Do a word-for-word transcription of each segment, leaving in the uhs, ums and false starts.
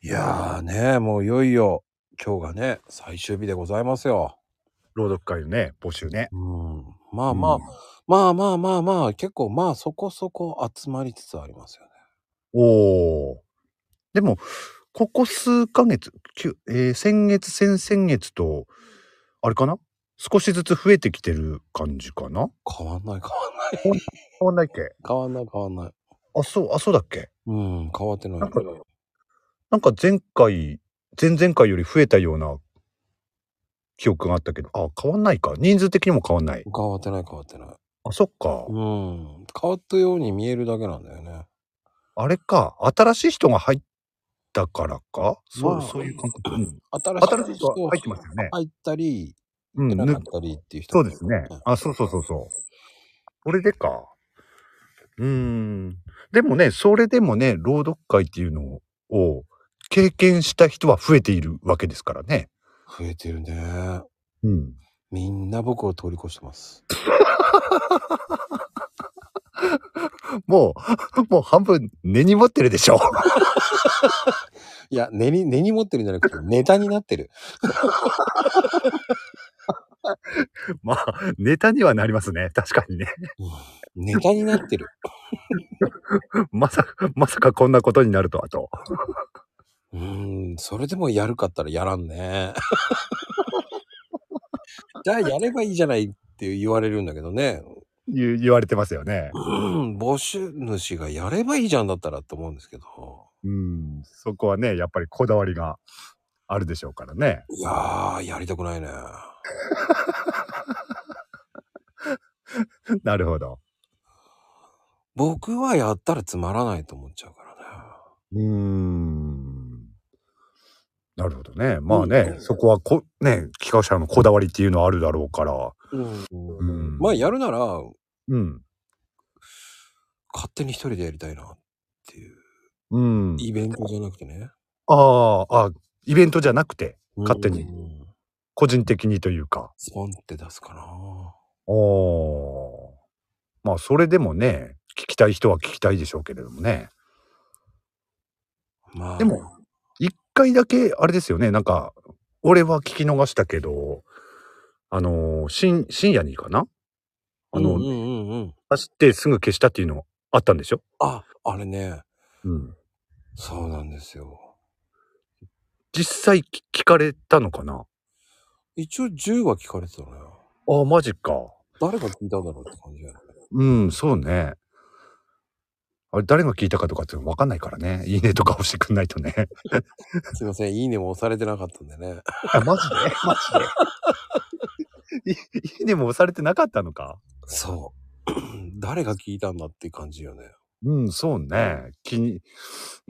いやーね、もういよいよ今日がね、最終日でございますよ。 朗読会のね、募集ね。 うん。まあまあ、 うん、 まあまあまあまあ、結構まあそこそこ集まりつつありますよね。 おお。でも、ここ数ヶ月、きゅえー先月、先々月と、あれかな少しずつ増えてきてる感じかな。 変わんない変わんない。 変わん変わんないっけ。 変わんない変わんない。 あ、そう、あ、そうだっけ。 うん、変わってない。 なんか、なんか前回、前々回より増えたような記憶があったけど、あ、変わんないか。人数的にも変わんない。 変わってない変わってない。 あ、そっか。 うん。変わったように見えるだけなんだよね。 あれか。新しい人が入ったからか。そう、 まそういう感覚。うん。 あ、新し新しい人はい人入ってますよね。 入ったり、行ってうん、ぬなかったりっていう人もいるそうですね。 ね。 あ、そうそうそうそう。それでか。うーん。でもね、それでもね、朗読会っていうのを経験した人は増えているわけですからね。 増えてるね。 うん。 みんな僕を通り越してます。 もう、もう半分根に持ってるでしょ。 いや、根に根に持ってるんじゃなくて、ネタになってる。 まあ、ネタにはなりますね。確かにね。 うん、ネタになってる。 まさか、まさかこんなことになるとはと。 うーん、それでもやるかったらやらんね。じゃあやればいいじゃないって言われるんだけどね。 言言われてますよね。 うん、募集主がやればいいじゃんだったらって思うんですけど。 うん。そこはね、やっぱりこだわりがあるでしょうからね。 いやー、やりたくないね。 なるほど。 僕はやったらつまらないと思っちゃうからね。 うーん。なるほどね。まあうん。 ね、そこはこね、企画者のこだわりっていうのはあるだろうから。 うん。 うん。 まあやるなら、 うん。 勝手に一人でやりたいなっていう。 うん。 イベントじゃなくてね。 ああ、あ、イベントじゃなくて、 う勝手に、 ん。 個人的にというか。 スポンって出すかな。 おあ。まあ、それでもね、聞きたい人は聞きたいでしょうけれどもね。 まあ、 でも、一回だけあれですよね、なんか、俺は聞き逃したけど、あの、しん深夜にかな？あの、 うんうんうんうん。 走ってすぐ消したっていうのあったんでしょ？ あ、あれね、 うん。 そうなんですよ。 実際き聞かれたのかな？ 一応じゅうは聞かれてたのよ。 ああ、マジか。 誰が聞いたんだろうって感じだよね。 うん、そうね。あれ誰が聞いたかとかって分かんないからね。いいねとか押してくんないとね。 すいません、いいねも押されてなかったんでね。 あ、マジで？マジで？いいいねも押されてなかったのか？ そう。誰が聞いたんだっていう感じよね。 うん、そうね。気にうん、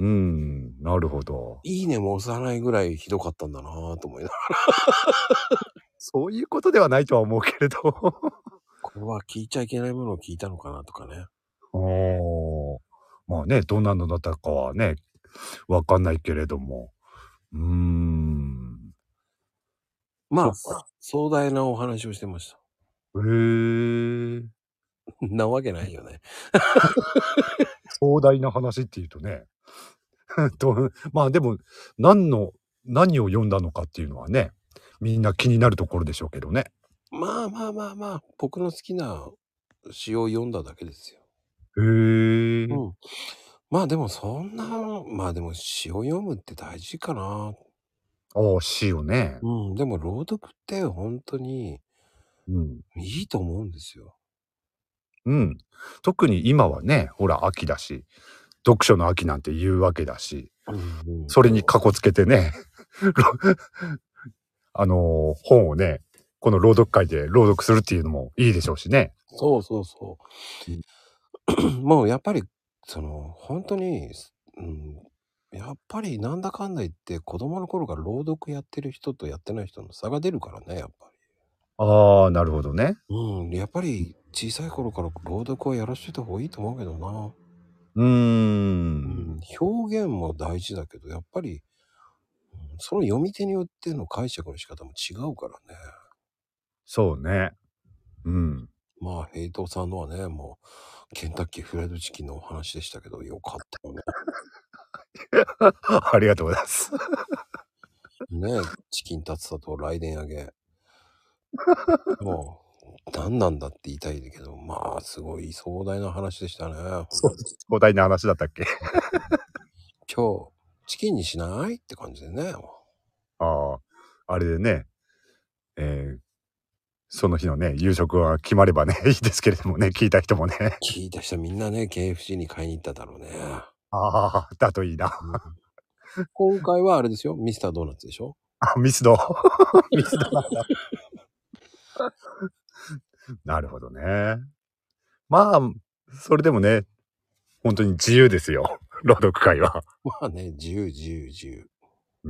なるほど。 いいねも押さないぐらいひどかったんだなぁと思いながら。 そういうことではないとは思うけれど。 これは聞いちゃいけないものを聞いたのかなとかね。 おお。まあね、どんなのだったかはね、分かんないけれども。うーん。そまあ、 っか。 壮大なお話をしてました。 へえ。 なわけないよね。 壮大な話っていうとね。と、まあでも、何の何を読んだのかっていうのはね、みんな気になるところでしょうけどね。 まあまあまあまあ、僕の好きな詩を読んだだけですよ。 へえ。 うん。まあでもそんな、まあでも詩を読むって大事かな。 ああ、詩をね。 うん、でも朗読って本当にうん。 いいと思うんですよ。 うん。特に今はね、ほら、秋だし、読書の秋なんて言うわけだし、 うんうん。 それにかこつけてね、あの、本をね、この朗読会で朗読するっていうのもいいでしょうしね。 そうそうそうん。 う。もうやっぱり、その、本当に、うん、やっぱりなんだかんだ言って子供の頃から朗読やってる人とやってない人の差が出るからね、やっぱり。 ああ、なるほどね。 うん、やっぱり小さい頃から朗読はやらしといた方がいいと思うけどな。 うーん。 うん、表現も大事だけど、やっぱり、うん、その読み手によっての解釈の仕方も違うからね。 そうね。うん。 まあ、ヘイトさんのはね、もう、ケンタッキーフライドチキンのお話でしたけど、よかったよね。 ありがとうございます。 ねえ、チキンタツタと雷電揚げ。もう、何なんだって言いたいけど、まあ、すごい壮大な話でしたね。 そうです。壮大な話だったっけ？ 今日、チキンにしない？って感じでね。 ああ、あれでね、えーその日のね、夕食が決まればね、いいですけれどもね、聞いた人もね。 聞いた人みんなね、ケーエフシー に買いに行っただろうね。 ああ、だといいな。 うん、今回はあれですよ、ミスタードーナツでしょ？ あ、ミスド。ミスドなんだ。なるほどね。まあ、それでもね、本当に自由ですよ。朗読会は。 まあね、自由自由自由。 うん。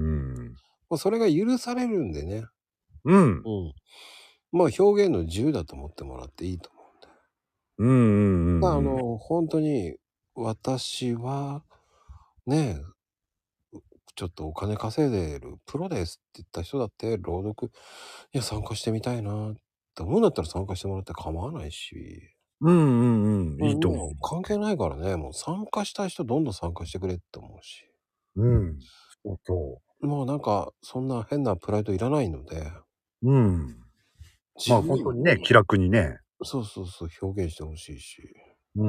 もうそれが許されるんでね。 うん。 うん。まあ表現の自由だと思ってもらっていいと思うんで。 うんうんうんうん。 まああの、本当に私は、ね、ちょっとお金稼いでるプロですって言った人だって朗読、いや参加してみたいなって思うんだったら参加してもらって構わないし。 うんうんうん。いいうんね、 と思う。 関係ないからね、もう参加したい人どんどん参加してくれって思うし。 うん。そうそもうなんかそんな変なプライドいらないので、 う。うん。まあ自由に、 本当にね、気楽にね。 そうそうそう、表現してほしいし。 うん。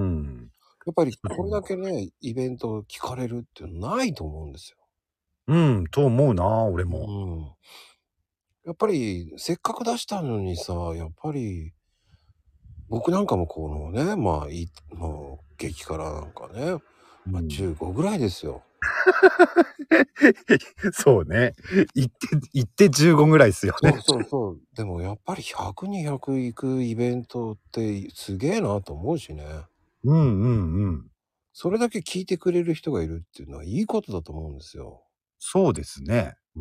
やっぱりこれだけね、イベント聞かれるっていうのないと思うんですよ。 うん、と思うな、俺うも。 ん。やっぱりせっかく出したのにさ、やっぱり僕なんかもこのね、まあ、いもう激辛なんかね、まあ、 うん。 じゅうごぐらいですよ。 そうね。行って行ってじゅうごぐらいっすよね。 そうそうそう。でもやっぱりひゃく、にひゃく行くイベントってすげえなと思うしね。 うんうんうん。 それだけ聞いてくれる人がいるっていうのはいいことだと思うんですよ。 そうですね。 うん。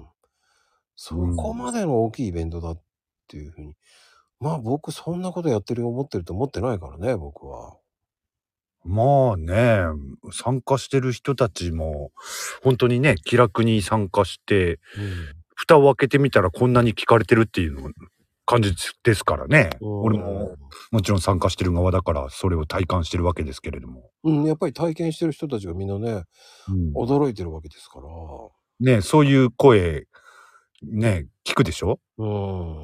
そうん。 こまでの大きいイベントだっていうふうに。まあ僕そんなことやってる思ってると思ってないからね、僕は。 まあね、参加してる人たちも、ほんとにね、気楽に参加して、 うん。 蓋を開けてみたらこんなに聞かれてるっていうの感じですからね。俺もうもちろん参加してる側だから、それを体感してるわけですけれども。 ん。うん、やっぱり体験してる人たちがみんなね、 うん。 驚いてるわけですから。 ね、そういう声、ね、聞くでしょ？ うん。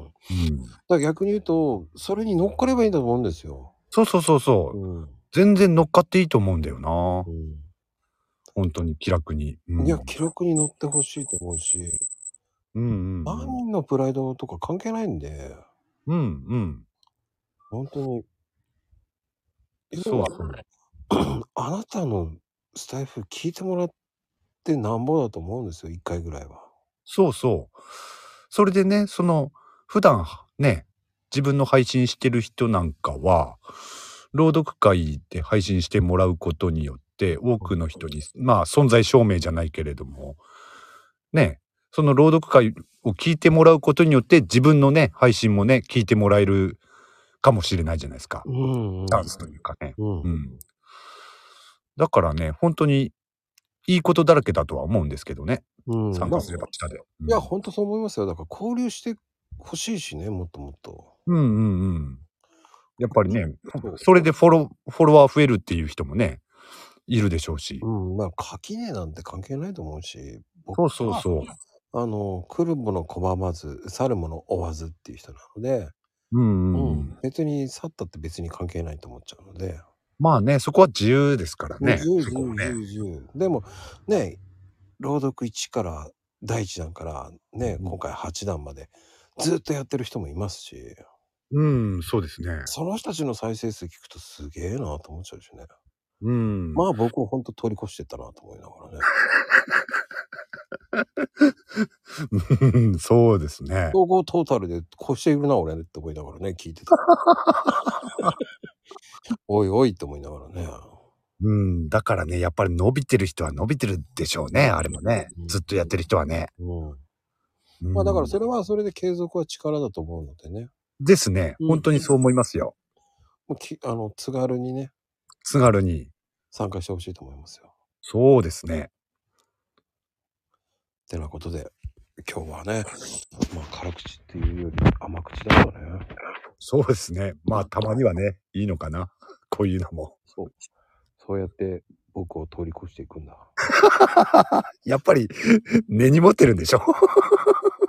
だかうん。 ら逆に言うと、それに乗っかればいいんだと思うんですよ。 そうそうそうそう。 うん。 全然乗っかっていいと思うんだよな。 うん。 ほんとに気楽に。ういや、 ん。 記録に乗ってほしいと思うし、 うんうんうん。 何人のプライドとか関係ないんで、 うんうん。 ほんとに、要は、 そうそう。 あなたのスタイフ聞いてもらってなんぼだと思うんですよ、いっかいぐらいは。 そうそう。それでね、その、普段ね、自分の配信してる人なんかは、朗読会で配信してもらうことによって、多くの人に、まあ、存在証明じゃないけれども、ね、その朗読会を聞いてもらうことによって、自分のね、配信もね、聞いてもらえるかもしれないじゃないですか。 うんうん。 チャンスというかね。 うん。 うん。だからね、ほんとにいいことだらけだとは思うんですけどね。 うん。まあ、 参加すればしたで。ういや、 ん。 ほんとそう思いますよ。だから交流して欲しいしね、もっともっと。 うんうんうん。やっぱりね、 そう。 それでフォロフォロワー増えるっていう人もね、いるでしょうし。 うん、まあ、垣根なんて関係ないと思うし、僕そうそうは、 そう。 あの、来るもの拒まず、去るもの追わずっていう人なので、 うんうんうん、 うん。 別に去ったって別に関係ないと思っちゃうので。 まあね、そこは自由ですからもうね、 自由自由そこはね。 自由自由。でも、ね、朗読いちからだいいちだんから、ね、 うん。 今回はちだんまでずっとやってる人もいますし、 うん、そうですね。 その人たちの再生数聞くとすげえなと思っちゃうしね。 うん。 まあ僕ほんと通り越してったなと思いながらね。 うん、そうですね。 総合トータルで越しているな俺って思いながらね、聞いてた。おいおいって思いながらね。 うん、だからね、やっぱり伸びてる人は伸びてるでしょうね、あれもね。 うん。 ずっとやってる人はね。 うん。まあだからうん。 それはそれで継続は力だと思うのでね。 ですね。 うん。 ほんとにそう思いますよ。 もうきあの、津軽にね、 津軽に。 参加してほしいと思いますよ。 そうですね。 てなことで、今日はね、まあ辛口っていうより甘口だったね。 そうですね。まあ、たまにはね、いいのかな。こういうのも。 そう。そうやって僕を通り越していくんだ。 やっぱり根に持ってるんでしょ